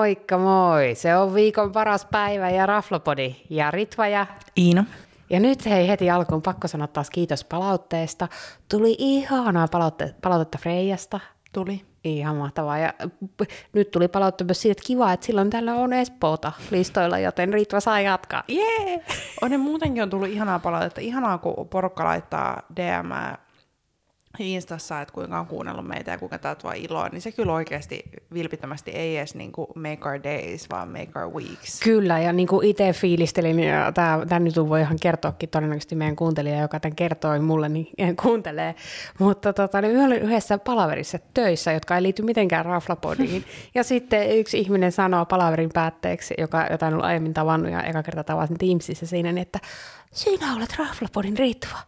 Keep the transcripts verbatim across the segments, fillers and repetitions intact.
Moikka moi! Se on viikon paras päivä ja Raflopodi ja Ritva ja Iina. Ja nyt hei heti alkuun pakko sanoa taas kiitos palautteesta. Tuli ihanaa palautte- palautetta Freijasta. Tuli. Ihan mahtavaa. Ja p- nyt tuli palautetta myös siitä, että kiva, että silloin täällä on Espoota listoilla, joten Ritva saa jatkaa. Jee! Yeah! On ne muutenkin on tullut ihanaa palautetta. Ihanaa, kun porukka laittaa D M Instassa, että kuinka on kuunnellut meitä ja kuinka täältä vaan iloa, niin se kyllä oikeasti vilpittömästi ei edes niin kuin make our days, vaan make our weeks. Kyllä, ja niin kuin itse fiilistelin, ja tämä nyt voi ihan kertoakin todennäköisesti meidän kuuntelija, joka tämän kertoi mulle, niin kuuntelee, mutta tota, niin olin yhdessä palaverissa töissä, jotka ei liity mitenkään Raflapodiin, ja sitten yksi ihminen sanoo palaverin päätteeksi, joka, jota en ollut aiemmin tavannut, ja eka kerta tavasin Teamsissa siinä, niin että sinä olet Raflapodin Ritva.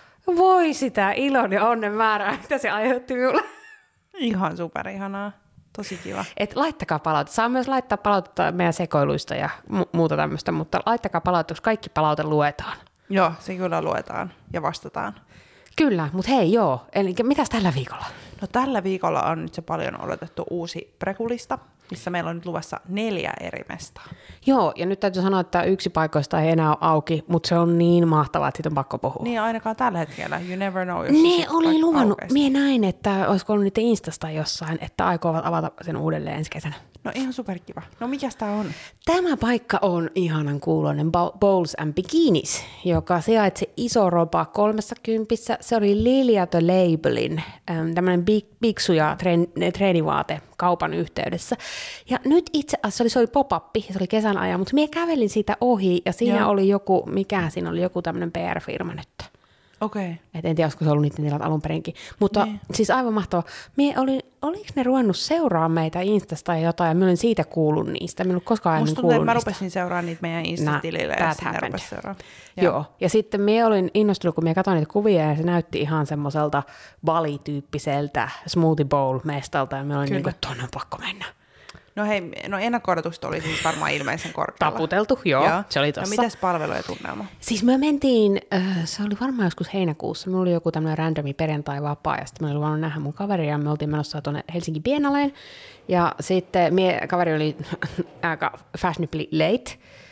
Voi sitä ilon ja onnen määrää, mitä se aiheutti minulle. Ihan superihanaa. Tosi kiva. Et laittakaa palautetta. Saa myös laittaa palautetta meidän sekoiluista ja mu- muuta tämmöistä, mutta laittakaa palautetta, koska kaikki palaute luetaan. Joo, se kyllä luetaan ja vastataan. Kyllä, mutta hei joo. Eli mitäs tällä viikolla? No tällä viikolla on nyt se paljon odotettu uusi prekulista, missä meillä on nyt luvassa neljä eri mestaa. Joo, ja nyt täytyy sanoa, että yksi paikoista ei enää ole auki, mutta se on niin mahtavaa, että siitä on pakko puhua. Niin ainakaan tällä hetkellä. You never know. Jos Ne oli luvannut, aukeisi. mie näin, että olisiko ollut niiden Instasta jossain, että aikovat avata sen uudelleen ensi kesänä. No ihan superkiva. No mikäs tää on? Tämä paikka on ihanan kuuloinen Bowls and Bikinis, joka sijaitsi Iso-Roba kolmekymmentä. Se oli Lilia the Labelin tämmöinen biksu ja treenivaate kaupan yhteydessä. Ja nyt itse asiassa se oli, se oli pop-up, se oli kesän ajan, mutta minä kävelin siitä ohi ja siinä Joo. oli joku, mikä siinä oli joku tämmöinen P R-firma nyt. Okei. Okay. Et en tiedä, olisiko se ollut niiden tilat alun perinkin. Mutta niin. Siis aivan mahtavaa. Mie olin, oliko ne ruvennut seuraa meitä Instasta ja jotain, ja minä olin siitä kuullut niistä. Minä en koskaan ennen kuullut tuntuu, niistä. Mä rupesin seuraamaan niitä meidän Insta-tilille nah, ja sinne rupesin seuraamaan. Joo. Joo, ja sitten minä olin innostunut, kun minä katsoin niitä kuvia, ja se näytti ihan semmoiselta Bali-tyyppiseltä smoothie bowl-mestalta, ja minä olin niin kuin, että tuonne on pakko mennä. No hei, no ennakko-odotukset oli siis varmaan ilmeisen korkealla. Taputeltu, joo, joo. Se oli tossa. No mitäs palvelu ja tunnelma? Siis me mentiin, äh, se oli varmaan joskus heinäkuussa, minulla oli joku tämmöinen randomi perjantai-vapaa, ja sitten me olin luvannut nähdä mun kaveria, ja me oltiin menossa tuonne Helsinki Biennaleen, ja sitten mie, kaveri oli aika fashionably late,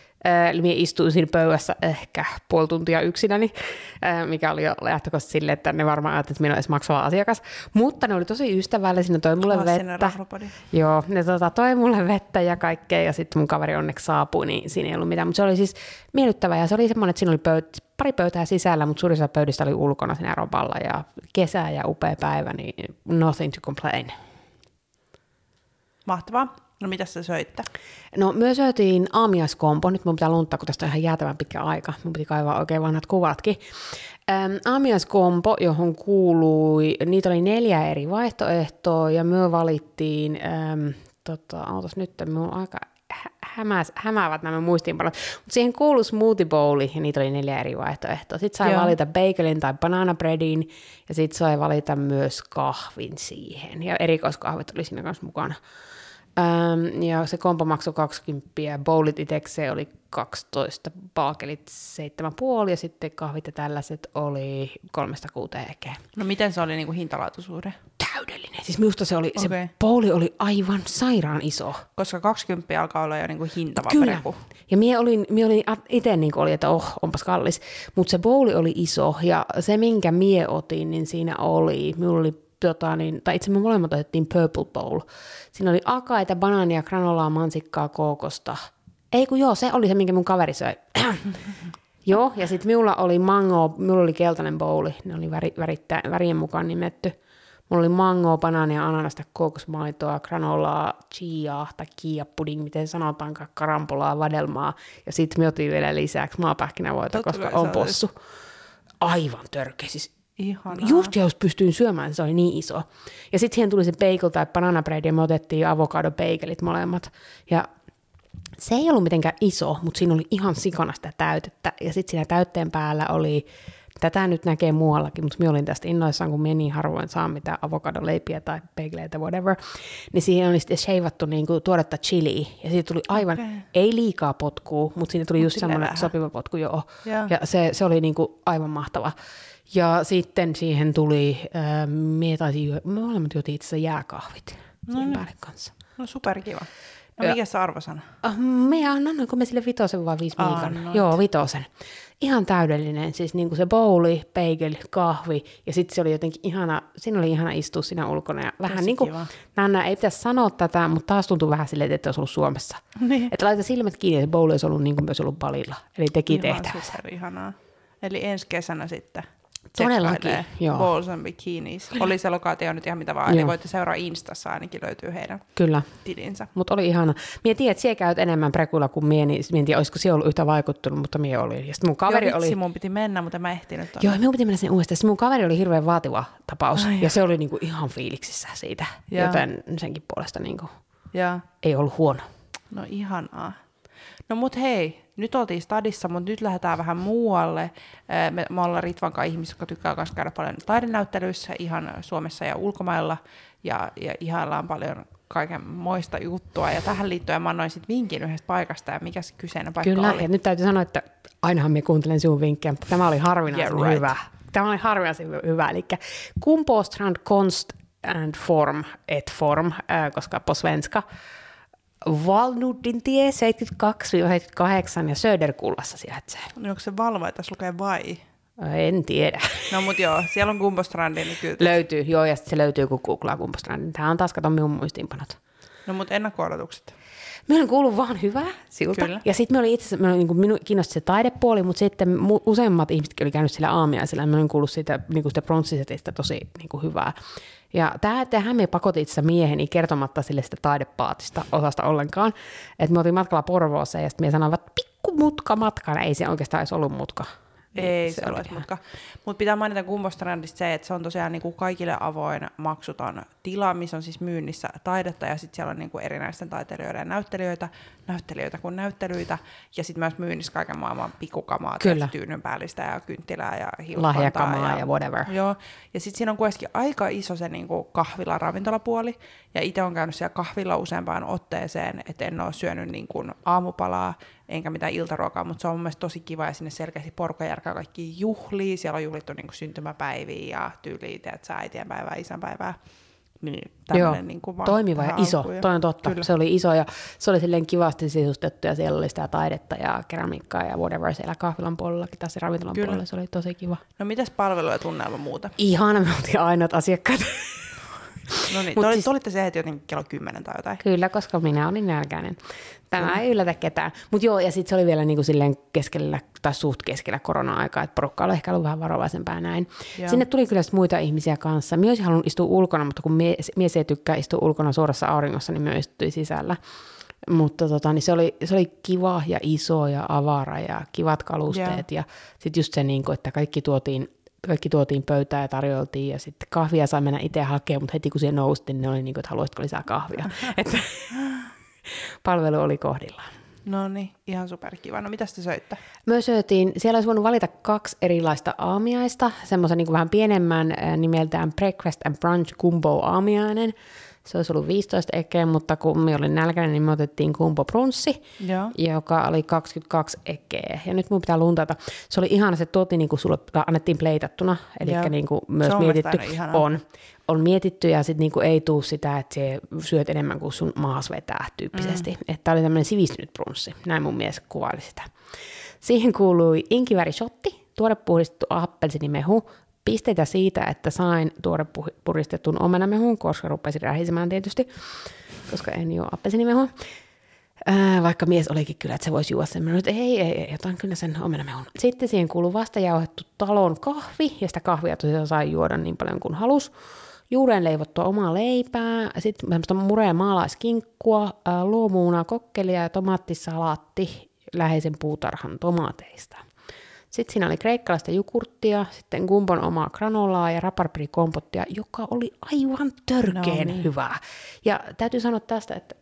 Eli minä istuin siinä pöydässä ehkä puoli tuntia yksinäni, mikä oli jo lähtökohtaisesti silleen, että ne varmaan ajattelivat, että minä olen edes maksava asiakas. Mutta ne oli tosi ystävällisiä, ne toi mulle Klassinen vettä. Raflapodi. Joo, ne tota, toi mulle vettä ja kaikkea, ja sitten mun kaveri onneksi saapui, niin siinä ei ollut mitään. Mutta se oli siis miellyttävää, ja se oli semmoinen, että siinä oli pöyt, pari pöytää sisällä, mutta suurin osa pöydistä oli ulkona siinä roballa, ja kesä ja upea päivä, niin nothing to complain. Mahtavaa. No mitäs sä söitte? No me syötiin aamiaiskompo, nyt mun pitää lunttaa, kun tästä on ihan jäätävän pitkä aika, mun piti kaivaa oikein vanhat kuvatkin. Ähm, aamiaiskompo, johon kuului, niitä oli neljä eri vaihtoehtoa, ja me valittiin, ähm, tota, ootas nyt, minun on aika hämäs, hämäävät nämä muistiinpanot, mutta siihen kuului smoothie bowli, ja niitä oli neljä eri vaihtoehtoa. Sitten sai Joo. valita bagelin tai banana breadin, ja sitten sai valita myös kahvin siihen, ja erikoiskahvit oli siinä kanssa mukana. Ähm, ja se kompo maksoi kaksikymmentä, bowlit itsekseen oli kaksitoista, baakelit seitsemän pilkku viisi ja sitten kahvit ja tällaiset oli kolmesta kuuteen ekeä. No miten se oli niinku hintalaatuisuuden? Täydellinen. Siis minusta se oli, okay. se bowli oli aivan sairaan iso. Koska kaksikymmentä alkaa olla jo niinku hintava Kyllä. preku. Ja minä olin, minä olin itse niinku oli, että oh, onpas kallis. Mutta se bowli oli iso ja se minkä mie otin, niin siinä oli, minulla oli Tota, niin, tai itse me molemmat otettiin Purple Bowl. Siinä oli akaita, banaania, granolaa, mansikkaa, kookosta. Ei kun joo, se oli se, minkä mun kaveri söi. Joo, ja sitten minulla oli mango, minulla oli keltainen bowli, ne oli väri, värittä, värien mukaan nimetty. Mulla oli mango, banaania, ananasta, kookosmaitoa, granolaa, chia tai chia pudding, miten sanotaankaan, karampolaa, vadelmaa. Ja sitten me otin vielä lisäksi maapähkinävoita, koska on possu. Aivan törkeä, siis Ihanaa. Just jos pystyin syömään, se oli niin iso. Ja sitten siihen tuli se bagel tai banana bread, ja me otettiin avokado bagelit molemmat. Ja se ei ollut mitenkään iso, mutta siinä oli ihan sikana sitä täytettä. Ja sitten siinä täytteen päällä oli, tätä nyt näkee muuallakin, mutta minä olin tästä innoissaan, kun minä niin harvoin saa mitään avokadoleipiä tai bageleita, whatever. Niin siihen oli sitten sheivattu niinku tuoretta chiliä. Ja siitä tuli aivan, okay. ei liikaa potkua, mutta siinä tuli Mut just semmoinen vähän. sopiva potku, joo. Yeah. Ja se, se oli niinku aivan mahtava. Ja sitten siihen tuli, äh, me taisin, me olemme juotiin itse asiassa jääkahvit no siihen niin. päälle kanssa. No superkiva. No mikä se arvosana? Uh, me annoinko me sille vitosen vai viisi miikan? Annoit. Joo, vitosen. Ihan täydellinen, siis niinku se bowli, bagel, kahvi, ja sitten se oli jotenkin ihana, siinä oli ihana istua siinä ulkona, ja vähän niin kuin, Nanna, ei pitäisi sanoa tätä, mutta taas tuntui vähän silleen, että olisi ollut Suomessa. Niin. Että laita silmät kiinni, ja se bowli olisi ollut niin kuin myös ollut Balilla, eli teki tehtävänsä. Ihanaa. Eli ensi kesänä sitten todellakin, joo. Balls and Bikinis. Oli se lokaatio nyt ihan mitä vaan, eli voitte seuraa Instassa, ainakin löytyy heidän Kyllä. tilinsä. Mutta oli ihana. Mie tiedän, että siellä käyt enemmän prekulla kuin mie, niin mie en tiedä, olisiko siellä ollut yhtä vaikuttunut, mutta mie oli. Ja mun kaveri joo, vitsi, oli... mun piti mennä, mutta mä ehtinyt tonne. Joo, minun piti mennä sen uudestaan. Mun kaveri oli hirveän vaativa tapaus, Ai ja se oli niinku ihan fiiliksissä siitä, ja. Joten senkin puolesta niinku ei ollut huono. No ihanaa. No mut hei, nyt oltiin stadissa, mutta nyt lähdetään vähän muualle. Me, me ollaan Ritvan kanssa ihmisiä, jotka tykkää myös käydä paljon taidenäyttelyissä ihan Suomessa ja ulkomailla. Ja, ja ihaillaan paljon kaiken moista juttua. Ja tähän liittyen mä annoin sit vinkin yhdestä paikasta, ja mikä se kyseinen paikka Kyllä, oli. ja nyt täytyy sanoa, että ainahan me kuuntelen sinun vinkkejä, mutta tämä oli harvinaisen yeah, right. hyvä. Tämä oli harvinaisen hyvä, eli Kumpostrand Konst and Form et Form, äh, koska på svenska. Valnudin tie seitsemänkymmentäkaksi seitsemänkymmentäkahdeksan ja Söderkullassa sijaitsee. No onko se Valva, että tässä lukee vai? En tiedä. No mut joo, siellä on Kumpostrandi, niin kyllä. Löytyy, joo, ja se löytyy, kun googlaa Kumpostrandin. Tämä on taas, kato minun muistiinpanot. No mut ennakko-odotukset? Me olen kuullut vaan hyvää siltä. Kyllä. Ja sitten me oli itse asiassa, me oli, niin minun kiinnosti se taidepuoli, mutta sitten mu- useimmat ihmisetkin oli käynyt sillä aamiaisella, ja me olin kuullut siitä, niin sitä pronssisetistä tosi niin kuin hyvää. Ja tähän me pakotin itse mieheni kertomatta sille sitä taidepaatista osasta ollenkaan. Että me oltiin matkalla Porvoossa, ja sitten me sanoin, että pikku mutka matkana. Ei se oikeastaan edes ollut mutka. Ei se, se ole mutka. Mutta pitää mainita Kumpostrandista se, että se on tosiaan niinku kaikille avoin maksuton tila, missä on siis myynnissä taidetta, ja sitten siellä on niinku erinäisten taiteilijoiden ja näyttelijöitä, näyttelijöitä kuin näyttelyitä, ja sitten myös myynnissä kaiken maailman pikkukamaa, tyynynpäällistä ja kynttilää ja hiuskantaa. Lahjakamaa ja, ja whatever. Joo, ja sitten siinä on kuitenkin aika iso se niinku kahvila-ravintolapuoli, ja itse on käynyt siellä kahvilla useampaan otteeseen, että en ole syönyt niinku aamupalaa, enkä mitään iltaruokaa, mutta se on mun mielestä tosi kiva, ja sinne selkeästi porukka järkää kaikki juhlia, siellä on juhlittu niinku syntymäpäiviä ja tyyliä, teet sä äitienpäivää, isänpäivää, niin tämmöinen niinku vaan toimiva ja iso, alkuja. Toi on totta, Kyllä. Se oli iso, ja se oli silleen kivasti sisustettu, ja siellä oli sitä taidetta ja keramiikkaa ja whatever siellä kahvilan puolellakin, tai se ravintolan Kyllä. puolella, se oli tosi kiva. No mitäs palveluja tunnelma muuta? Ihana, me oltiin ainoat asiakkaat. No niin, te siis, olitte se heti jotenkin kello kymmenen tai jotain. Kyllä, koska minä olin nälkäinen. Tämä ei yllätä ketään. Mutta joo, ja sitten se oli vielä niinku silleen keskellä, tai suht keskellä korona-aikaa, että porukka oli ehkä ollut vähän varovaisempaa näin. Joo. Sinne tuli kyllä muita ihmisiä kanssa. Minä olisin halunnut istua ulkona, mutta kun mies, mies ei tykkää istua ulkona suorassa auringossa, niin minä istuin sisällä. Mutta tota, niin se, oli, se oli kiva ja iso ja avara ja kivat kalusteet. Joo. Ja sitten just se, niinku, että kaikki tuotiin, kaikki tuotiin pöytään ja tarjoltiin, ja sitten kahvia sai mennä itse hakemaan, mutta heti kun siihen noustiin, niin ne oli niin kuin, että haluaisitko lisää kahvia. Että palvelu oli kohdillaan. No niin, ihan superkiva. No mitäs te söitte? Me syötiin, siellä olisi voinut valita kaksi erilaista aamiaista, semmoisen niin kuin vähän pienemmän nimeltään Breakfast and Brunch Kumbo aamiainen. Se olisi ollut viisitoista ekkeä, mutta kun me olin nälkäinen, niin me otettiin Kumbo Brunssi, Joo. joka oli kaksikymmentäkaksi ekkeä. Ja nyt mun pitää luntata. Se oli ihana, se tuotiin niin kuin sulle annettiin pleitattuna, eli niin kuin myös mietitty. On, on mietitty, ja sitten niin kuin ei tule sitä, että se syöt enemmän kuin sun maas vetää tyyppisesti. Mm. Että oli tämmöinen sivistynyt brunssi. Näin mun mies kuvaili sitä. Siihen kuului inkivärishotti, tuorepuhdistettu appelsinimehu, pisteitä siitä, että sain tuore puristetun omenamehun, koska rupesin rähisemään tietysti, koska en juo appelsinimehua. Ää, vaikka mies olikin kyllä, että se voisi juoda sen. Mä että ei, ei, ei, otan kyllä sen omenamehun. Sitten siihen kuului vastajauhettu talon kahvi, ja sitä kahvia tosiaan sai juoda niin paljon kuin halus. Juureen leivottua omaa leipää, sitten semmoista murea maalaiskinkkua, ää, luomuuna kokkelia ja tomaattisalaatti läheisen puutarhan tomaateista. Sitten siinä oli kreikkalaista jukurttia, sitten Kumbon omaa granolaa ja raparpirikompottia, joka oli aivan törkeen no niin. hyvää. Ja täytyy sanoa tästä, että...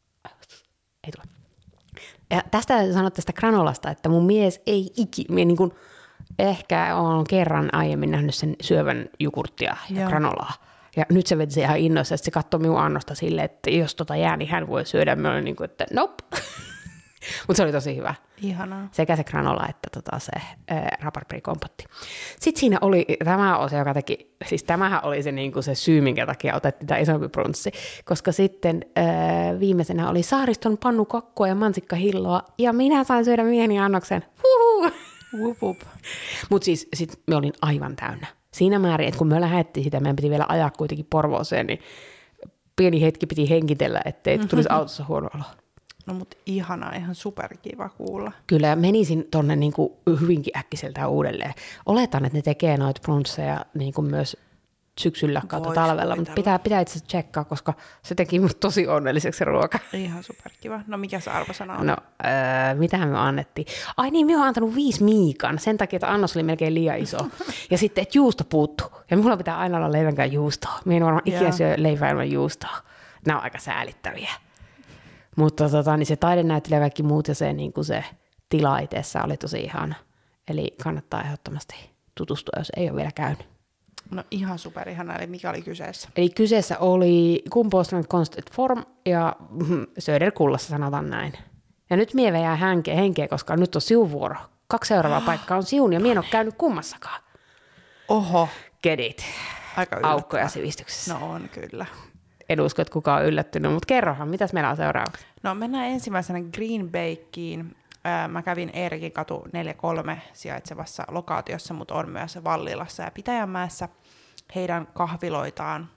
Ei tule. Ja tästä täytyy sanoa tästä granolasta, että mun mies ei ikinä, niin kuin ehkä olen kerran aiemmin nähnyt sen syövän jukurttia ja Joo. granolaa. Ja nyt se veti se ihan innoissa, että se katsoi minun annosta silleen, että jos tota jää, niin hän voi syödä. Mä olin niin kuin, että nope. Mutta se oli tosi hyvä. Ihanaa. Sekä se granola että tota se ää, raparperikompotti. Sitten siinä oli tämä osa, joka teki, siis tämähän oli se, niin kuin se syy, minkä takia otettiin tämä isompi brunssi, koska sitten ää, viimeisenä oli saariston pannukakkua ja mansikkahilloa, ja minä sain syödä mieheni annoksen. Huhu! Wup, wup. Mutta siis sit me olin aivan täynnä. Siinä määrin, että kun me lähdettiin sitä, meidän piti vielä ajaa kuitenkin Porvooseen, niin pieni hetki piti henkitellä, ettei tulisi autossa huono olo. No mut ihanaa, ihan superkiva kuulla. Kyllä, menisin tonne niin kuin hyvinkin äkkiseltään uudelleen. Oletan, että ne tekee noita brunsseja niin kuin myös syksyllä kautta Vois talvella, mutta pitää, pitää itse asiassa tsekkaa, koska se teki mut tosi onnelliseksi se ruoka. Ihan superkiva. No mikä se arvosana on? No, öö, mitähän me annettiin? Ai niin, me oon antanut viisi miikan, sen takia, että annos oli melkein liian iso. Ja sitten, että juusto puuttuu. Ja mulla pitää aina olla leivänkään juustoa. Mie en varmaan ikinä Joo. syö leivää ilman juustoa. Nämä on aika säälittäviä. Mutta tota, niin se taidenäyttely ja kaikki muut ja se, niin kuin se tila itseessä oli tosi ihana. Eli kannattaa ehdottomasti tutustua, jos ei ole vielä käynyt. No ihan superihanaa, eli mikä oli kyseessä? Eli kyseessä oli Kumpostran Konstet Form ja Söderkullassa sanotaan näin. Ja nyt mie jää henkeä, henkeä, koska nyt on siun vuoro. Kaksi seuraavaa paikkaa on siun ja mie en ole käynyt kummassakaan. Oho, Kedit. aika yllättävää. Aukkoja sivistyksessä. No on kyllä. En usko, että kukaan on yllättynyt, mutta kerrohan, mitäs meillä on seuraavaksi? No mennään ensimmäisenä Green Bakeen. Ää, Mä kävin Eerikin katu neljä kolme sijaitsevassa lokaatiossa, mutta on myös Vallilassa ja Pitäjänmäessä heidän kahviloitaan.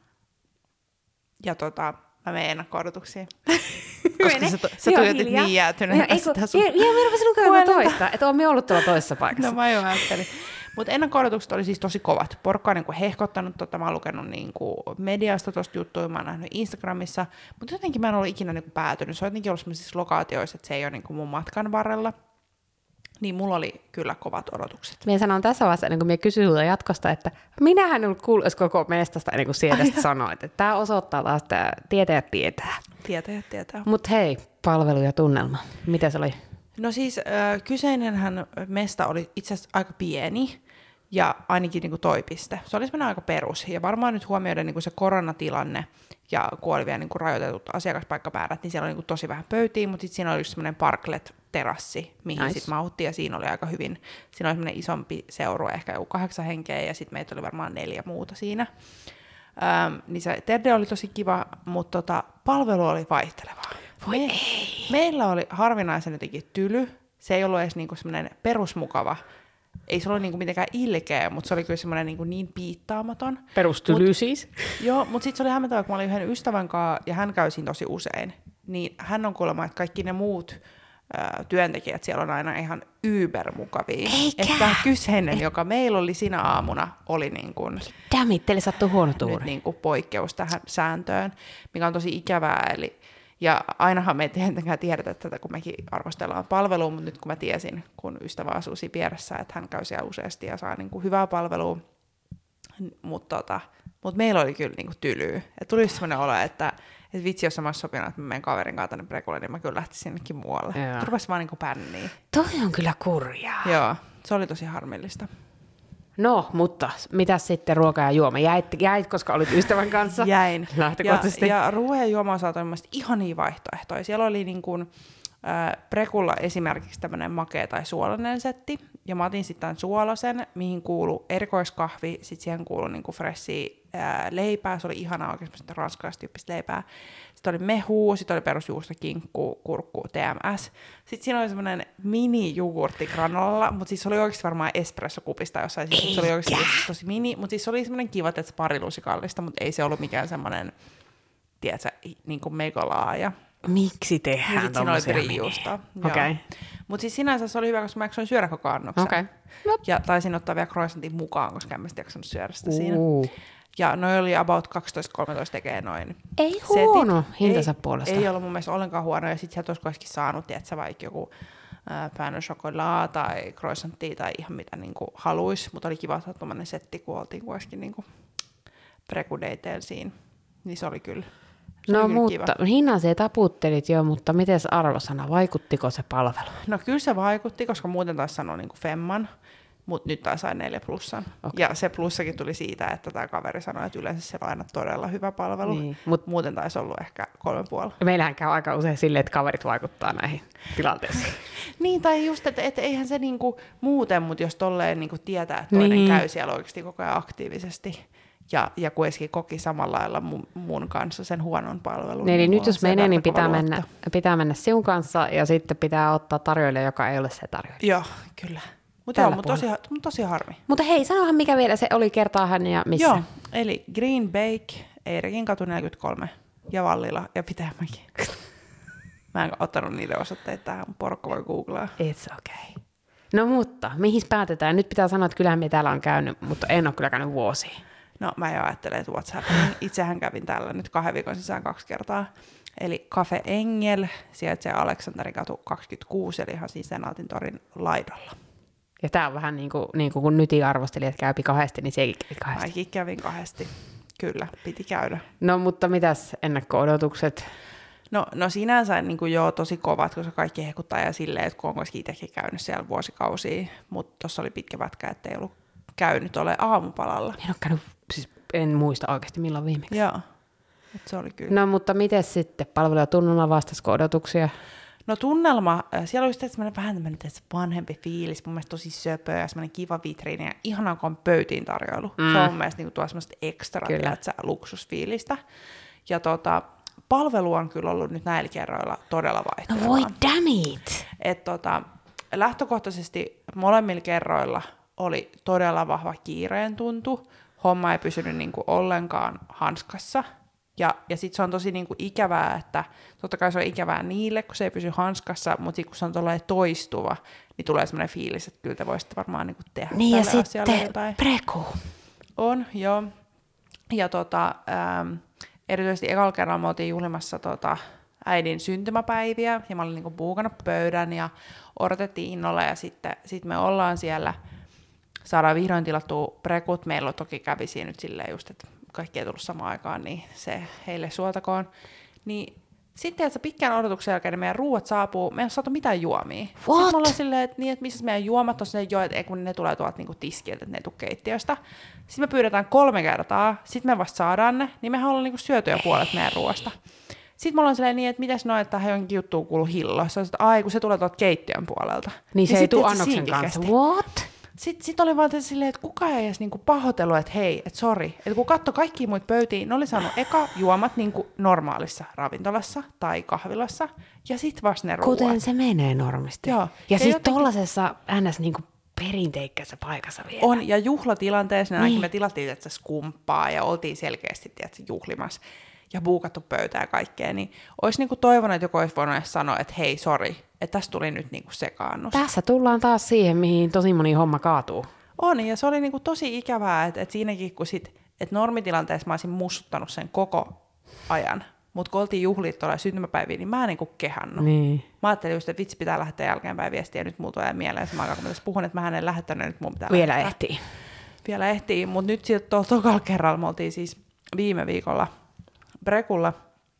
Ja tota, mä menen ennakko-odotuksiin. Koska Mene. sä, sä Joo, tuijotit hiljaa. niin jäätyneenä Joo, sitä sun Joo, mä rupesin lukemaan puhelinta. toista, että olemme ollut tuolla toisessa paikassa. No mä jo ajattelin. Mutta ennakko-odotukset oli siis tosi kovat. Porukka on niinku hehkottanut, tota, mä oon lukenut niinku mediasta tosta juttuja, mä oon nähnyt Instagramissa, mutta jotenkin mä en ollut ikinä niinku päätynyt. Se on jotenkin ollut sellaisissa lokaatioissa, että se ei ole niinku mun matkan varrella. Niin mulla oli kyllä kovat odotukset. Minä sanon tässä vaiheessa, ennen kuin minä kysyin sinulta jatkosta, että minähän en ollut kuullut edes koko mestasta, ennen kuin sinä tästä sanoit. Että tämä osoittaa taas, että tietäjät tietää. Tietäjät tietää. Mutta hei, palvelu ja tunnelma. Mitä se oli? No siis äh, kyseinenhän mesta oli itse asiassa aika pieni, ja ainakin niin kuin toi piste. Se oli semmoinen aika perus, ja varmaan nyt huomioiden niin kuin se koronatilanne, ja kun oli vielä niin kuin rajoitetut asiakaspaikkamäärät, niin siellä oli niin kuin tosi vähän pöytiä, mutta sitten siinä oli just semmoinen parklet-terassi, mihin Nice. sitten mahuttiin, ja siinä oli aika hyvin, siinä oli semmoinen isompi seurue, ehkä joku kahdeksan henkeä, ja sitten meitä oli varmaan neljä muuta siinä. Öm, niin se Terde oli tosi kiva, mutta tota, palvelu oli vaihtelevaa. Voi Me, ei. Meillä oli harvinaisen jotenkin tyly, se ei ollut edes niinku semmoinen perusmukava, ei se ollut niinku mitenkään ilkeä, mutta se oli kyllä semmoinen niinku niin piittaamaton. Perustyly Mut- siis. Joo, mutta sitten se oli hämmentävää, kun mä olin yhden ystävän kanssa, ja hän käy siinä tosi usein, niin hän on kuulemma, että kaikki ne muut ö, työntekijät siellä on aina ihan ybermukavia. Eikä. Että kyseinen, joka meillä oli sinä aamuna, oli niin kuin Dammit, teille sattuu huono nyt tuuri. niin kuin poikkeus tähän sääntöön, mikä on tosi ikävää. Eli, ja ainahan me ei tietenkään tiedetä tätä, kun mekin arvostellaan palvelua, mutta nyt kun mä tiesin, kun ystävä asuu siinä vieressä, että hän käy siellä useasti ja saa niin kuin hyvää palvelua, mutta tota, mut meillä oli kyllä niin kuin tylyä. Et tuli sellainen olo, että et vitsi, jos mä olisin sopinut, että mä menen kaverin kanssa tänne Prekulle, niin mä kyllä lähtisin sinnekin muualle. Joo. Rupesi vaan niin kuin pänniin. Toi on kyllä kurjaa. Joo, se oli tosi harmillista. No, mutta mitäs sitten ruoka ja juoma? Jäit, jäit koska olit ystävän kanssa? Jäin. Lähtökohtaisesti. Ja, ja ruoan ja juoma saatoin mielestäni ihania vaihtoehtoja. Siellä oli niin kuin, äh, Prekulla esimerkiksi tämmöinen makea tai suolainen setti. Ja mä otin sitten tämän suolasen, mihin kuului erikoiskahvi, sitten siihen kuului niin kuin freshia äh, leipää. Se oli ihanaa oikein semmoista ranskalaistyyppistä leipää. Sitten oli mehua, sitten oli perusjuusto, kinkku, kurkku, T M S. Sitten siinä oli semmoinen mini-jogurtti granolla, mutta siis se oli oikeasti varmaan espressokupista jossain. Siis se oli oikeasti tosi mini, mutta siis se oli semmoinen kiva, että se pari lusikallista, mutta ei se ollut mikään semmoinen, tiedätkö, niin kuin mega laaja. Miksi Ja tehdään sitten siinä oli tommosia brie-juustoa. Okei. Mutta siis sinänsä se oli hyvä, koska mä jaksoin syödä koko annoksen. Okei. Ja taisin ottaa vielä croissantin mukaan, koska en mä sitten jaksanut syödä sitä siinä. Uh. Ja noi oli about kaksitoista kolmetoista tekee noin Ei setit. huono hintansa ei, puolesta. Ei ollut mun mielestä ollenkaan huono, ja sit sieltä olisi kuitenkin saanut, tiedätkö, vaikka joku äh, pain au chocolat tai croissantia tai ihan mitä niinku haluis, mutta oli kiva saada tommonen setti, kun oltiin kuitenkin niinku prekudeiteillä siinä. Niin se oli kyllä, se No oli kyllä mutta kiva. hinnan se taputtelit jo, mutta miten arvosana, vaikuttiko se palvelu? No kyllä se vaikutti, koska muuten taisi sanoa niinku femman, mutta nyt taas sain neljä plussan. Okay. Ja se plussakin tuli siitä, että tämä kaveri sanoi, että yleensä se on aina todella hyvä palvelu. Niin, mut muuten taisi ollut ehkä kolme puoli. Meillähän käy aika usein silleen, että kaverit vaikuttaa näihin tilanteisiin. Niin, tai just, että, että eihän se niinku muuten, mutta jos tolleen niinku tietää, että toinen niin. käy siellä oikeasti koko ajan aktiivisesti, ja, ja kuitenkin koki samalla lailla mun, mun kanssa sen huonon palvelun. Niin, niin nyt jos menee, niin pitää luotto. mennä, pitää mennä sinun kanssa, ja sitten pitää ottaa tarjoilija, joka ei ole se tarjoilija. Joo, kyllä. Mutta joo, mut tosi, mut tosi harmi. Mutta hei, sanohan mikä vielä se oli kertaahan ja missä. Joo, eli Green Bake, Eirikin katu neljäkymmentäkolme, ja Vallila, ja Pitäjänmäki. Mä en ottanut niitä osoitteita tähän, porukka voi googlaa. It's okay. No mutta, mihin päätetään? Nyt pitää sanoa, että kyllähän me täällä on käynyt, mutta en ole kyllä käynyt vuosiin. No mä jo ajattelen, että what's happening. Itsehän kävin täällä nyt kahden viikon sisään kaksi kertaa. Eli Cafe Engel sijaitsee Aleksanterin katu kaksikymmentäkuusi, eli ihan siis Senaatin torin laidalla. Ja tää on vähän niin kuin, niin kuin kun Nyti arvosteli, että käypi kahdesti, niin sekin kävi kahdesti. Mäkin kävin kahdesti. Kyllä, piti käydä. No mutta mitäs ennakko-odotukset? No, no sinänsä niin kuin joo, tosi kovat, koska kaikki hekuttaa ja silleen, että kun on kuitenkin itsekin käynyt siellä vuosikausia, mutta tuossa oli pitkä pätkä, ettei ollut käynyt ole aamupalalla. En ole käynyt, siis en muista oikeasti milloin viimeksi. Joo, et se oli kyllä. No mutta miten sitten? Palvelu ja tunnelma vastasiko odotuksia? No tunnelma, siellä oli sitten semmoinen vähän tämmöinen vanhempi fiilis, mun mielestä tosi söpö ja semmoinen kiva vitriini ja ihanaa, kun on pöytiin tarjoilu. Mm. Se on mun mielestä niin tuo semmoista ekstra, tiedätkö, luksusfiilistä. Ja tota, palvelu on kyllä ollut nyt näillä kerroilla todella vaihtelevaa. No voi damn it! Et tota, lähtökohtaisesti molemmilla kerroilla oli todella vahva kiireen tuntu. Homma ei pysynyt niinku ollenkaan hanskassa. Ja, ja sitten se on tosi niinku ikävää, että totta kai se on ikävää niille, kun se ei pysy hanskassa, mutta sit, kun se on tolleen toistuva, niin tulee semmoinen fiilis, että kyllä te voisitte varmaan niinku tehdä niin ja tälle asialle sitten jotain. preku. On, joo. Ja tota, ähm, erityisesti ekalla kerralla me oltiin juhlimassa tota, äidin syntymäpäiviä, ja mä olin niinku buukannut pöydän, ja odotettiin innolla, ja sitten sit me ollaan siellä, saadaan vihdoin tilattua prekut, meillä toki kävi siinä nyt silleen just, että kaikki ei tullut samaan aikaan, niin se heille suotakoon. Niin sitten, että pitkän odotuksen jälkeen niin meidän ruuat saapuu, me ei ole saatu mitään juomia. What? Sitten me ollaan silleen, että, niin, että missä meidän juomat on silleen, jo, että kun ne tulee tuolta niinku tiskiltä, että ne ei tule keittiöstä. Sitten me pyydetään kolme kertaa, sitten me vasta saadaan ne, niin mehän ollaan niinku syöty jo puolet meidän ruoasta. Sitten me ollaan silleen niin, että mitäs noin, että tähän jonkin juttuun kuuluu hillo. Se on, että ai, kun se tulee tuolta keittiön puolelta. Niin se niin ei tule annoksen kanssa. Kesti. What? Sitten sit oli vaan silleen, että kukaan ei edes niinku pahoitellut, että hei, että sori. Että kun katsoi kaikkia muita pöytiä, ne oli saanut eka juomat niinku normaalissa ravintolassa tai kahvilassa, ja sitten vasta ne ruuat. Kuten se menee normisti. Joo. Ja, Ja sitten jotenkin tollasessa ns. Niinku perinteikkässä paikassa vielä. on, ja juhlatilanteessa niin. Niin. me tilattiin että skumppaa, ja oltiin selkeästi tiedätkö, juhlimassa, ja buukattu pöytää ja kaikkea, niin olisi niinku toivonut, että joku olisi voinut edes sanoa, että hei, sori, että tässä tuli nyt niinku sekaannus. Tässä tullaan taas siihen, mihin tosi moni homma kaatuu. On, ja se oli niinku tosi ikävää, että, että siinäkin, kun sit, että normitilanteessa mä olisin mussuttanut sen koko ajan, mutta kun oltiin juhlit tuolla syntymäpäiviä, niin mä en niinku kehannut. Niin. Mä ajattelin just, että vitsi pitää lähettää jälkeenpäin viestiä, ja nyt mulla tulee mieleen samaan aikaan, kun mä tässä puhun, että mä en lähettänyt, nyt mun pitää Vielä lähettää. ehtii. Vielä ehtii, mutta nyt sitten tuolla tokalla kerralla me oltiin siis viime viikolla Brekulla,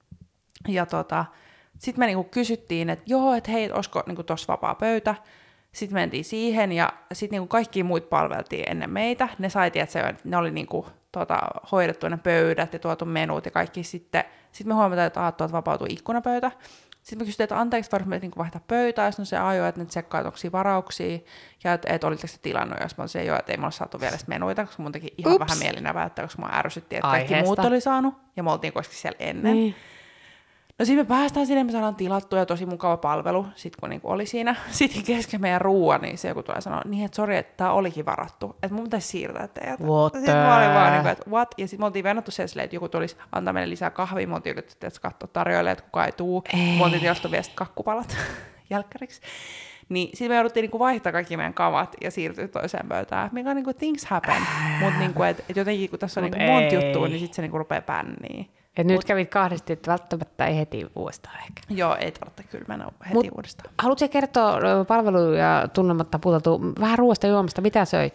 ja tota, sitten me niinku kysyttiin, että joo, että hei, olisiko niinku tuossa vapaa pöytä. Sitten mentiin siihen, ja sitten niinku kaikki muut palveltiin ennen meitä. Ne sai, että ne oli niinku, tota, hoidettu ne pöydät ja tuotu menut ja kaikki. Sitten sit me huomataan, että ah, tuolta vapautui ikkunapöytä. Sitten me kysyttiin, että anteeksi, voisi me niinku vaihtaa pöytää, ja se ajo, että ne tsekkaa, että onko siinä varauksia, ja että et olitteko se tilannut, jos mä olisin, että ei me ole saatu vielä menuita, koska mun teki ihan Ups. vähän mielinävää, että koska mä ärsyttiin, että kaikki Aiheesta. muut oli saanut, ja me oltiin kuitenkin siellä ennen. Niin. No sitten me päästään sinne, me saadaan tilattua ja tosi mukava palvelu, sit kun niinku oli siinä. Sitten kesken meidän ruoan, niin se joku tulee sanoa, niin että sori, että tää olikin varattu, että mun pitäisi siirtää teitä. What Sitten mä olin vaan niin kuin, että what? Ja sitten me oltiin venottu sen silleen, että joku tulisi antaa meille lisää kahvia, me oltiin yritetty katsoa tarjoille, että kukaan ei tuu. Ei. Me oltiin tilastu vielä kakkupalat jälkkäriksi. Niin sitten me jouduttiin niinku vaihtaa kaikki meidän kamat ja siirtyä toiseen pöytään, mikä on niinku things happen. Mutta niinku, et, et jotenkin kun tässä on Mut niinku monta ei. juttua, niin sitten se niinku rupeaa pänniin. Et nyt kävit kahdesti, että välttämättä ei heti uudestaan ehkä. Joo, ei tarvitse kyllä mennä heti Mut uudestaan. Haluatko kertoa ö, palvelu- ja tunnelmatta puuteltu vähän ruoasta ja juomasta? Mitä söit?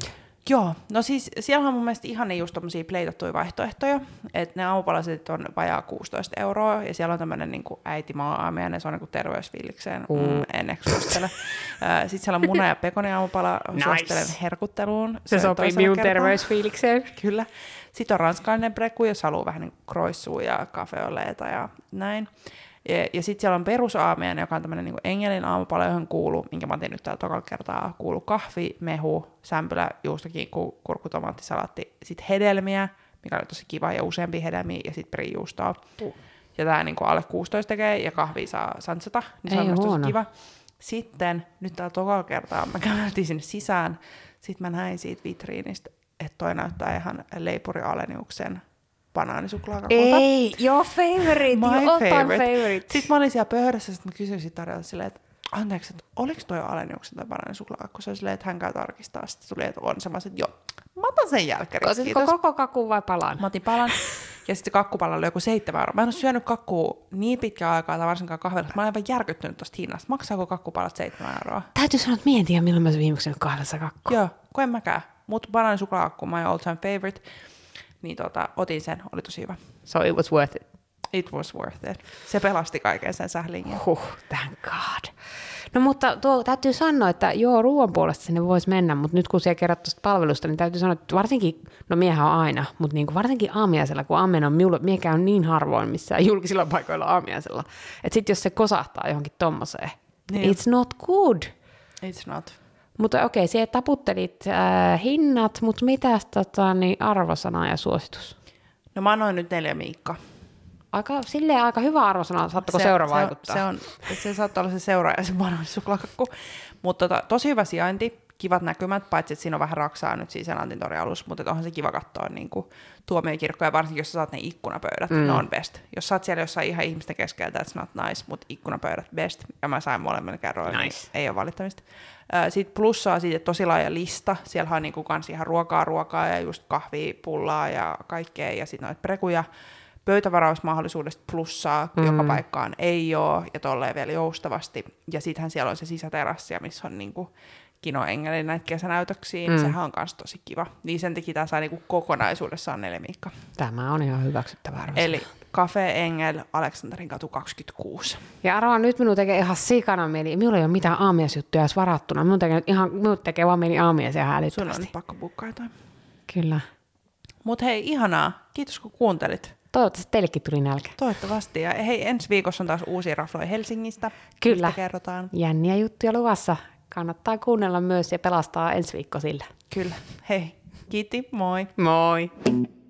Joo, no siis siellä on mun mielestä ihan just tommosia pleitattuja vaihtoehtoja, että ne aamupalaset on vajaa kuusitoista euroa, ja siellä on tämmönen niinku äitimaa-aamiainen, se on niinku terveysfiilikseen, Uh. mm, en suosittele. Sitten siellä on muna- ja pekoni aamupala, Nice. suosittelen herkutteluun. Se, se sopii minun terveysfiilikseen. Kyllä. Sitten on ranskalainen breku, jos haluaa vähän niin kroissua ja kafeoleita ja näin. Ja, ja sitten siellä on perusaamiainen, joka on tämmöinen niin engelin aamupala, johon kuuluu, minkä mä otin nyt täällä tokalla kertaa, kuuluu kahvi, mehu, sämpylä, juustokinkku, kurkku, tomaattisalaatti, sitten hedelmiä, mikä on tosi kiva, ja useampi hedelmiä, ja sitten prijuustoa. Uh. Ja tämä niin alle kuusitoista tekee, ja kahvia saa santsata, niin se Ei on huono. tosi kiva. Sitten, nyt täällä tokalla kertaa, mä käveltiin sinne sisään, sitten mä näin siitä vitriinistä, että toi näyttää ihan leipurialeniuksen banaanisuklaakakulta. Ei, your favorite, My your all time favorite. favorite. Sitten mä olin siellä pöydässä, sitten mä kysyin sit tarjolta silleen, että anteeksi, että oliko toi alennuksen tai banaanisuklaakku? Se oli silleen, että hän käy tarkistaa. Sitten tuli, että on semmoiset, että joo, mä otan sen jälkeen. Olisitko koko kakun vai palan? Mä otin palan. Ja sitten se kakkupala oli joku seitsemän euroa. Mä en ole syönyt kakkua niin pitkään aikaa tai varsinkaan kahvella. Mä olen aivan järkyttynyt tosta hinnasta. Maksaako kakkupalat seitsemän euroa? Täytyy sanoa, että mien tiedä, milloin mä viimeksi syönyt kahdessa kakkua. Joo, kun en mäkään. Mutta banaanisuklaakku, my all time favorite. Niin tota, otin sen, oli tosi hyvä. So it was worth it. It was worth it. Se pelasti kaiken sen sählingin. Huh, thank God. No mutta tuo, täytyy sanoa, että joo, ruoan puolesta sinne voisi mennä, mutta nyt kun siellä kerrot tuosta palvelusta, niin täytyy sanoa, että varsinkin, no miehän on aina, mutta niin kuin varsinkin aamiaisella, kun aamen on minulle, mie käyn niin harvoin missään julkisilla paikoilla aamiaisella, että sitten jos se kosahtaa johonkin tommoseen, Niin. it's not good. It's not. Mutta okei, siellä taputtelit äh, hinnat, mutta mitäs tota, niin arvosana ja suositus? No mä annoin nyt neljä Miikka. Aika, silleen aika hyvä arvosana, saattako seura se, vaikuttaa? Se, on, se saattaa olla se seura ja se banaanisuklaakakku. Mutta tota, tosi hyvä sijainti, kivat näkymät, paitsi että siinä on vähän raksaa nyt siinä Selantin tori alussa, mutta onhan se kiva katsoa niin kuin tuomiokirkkoja, varsinkin jos sä saat ne ikkunapöydät, mm. ne on best. Jos sä oot siellä jossain ihan ihmisten keskellä, that's not nice, mutta ikkunapöydät best, ja mä sain molemmilla kerroilla, Nice. niin ei ole valittamista. Sitten plussaa siitä tosi laaja lista, siellä on niin kuin kans ihan ruokaa, ruokaa ja just kahvia, pullaa ja kaikkea, ja sitten noita prekuja. Pöytävarausmahdollisuudesta plussaa, mm. joka paikkaan ei ole, ja tolleen vielä joustavasti. Ja sittenhän siellä on se sisäterassia, missä on niinku Kino Engelin näitä kesänäytöksiä, mm. sehän on myös tosi kiva. Niin sen takia tämä saa niinku kokonaisuudessaan neljä Miikka. Tämä on ihan hyväksyttävä arvosana. Eli Cafe Engel, Aleksanterin katu kaksikymmentäkuusi. Ja arvaa, nyt minun tekee ihan sikana mieli. Minulla ei ole mitään aamiaisjuttuja edes varattuna. Minun tekee, ihan, minun tekee vaan mieli aamiaisia Sun on hälyttävästi. nyt pakko bukkaa jotain. Kyllä. Mut hei, ihanaa. Kiitos kun kuuntelit. Toivottavasti teillekin tuli nälkä. Toivottavasti. Ja hei, ensi viikossa on taas uusia rafloja Helsingistä. Kyllä. Mistä kerrotaan. Jänniä juttuja luvassa. Kannattaa kuunnella myös ja pelastaa ensi viikko sillä. Kyllä. Hei, kiitti. Moi. Moi.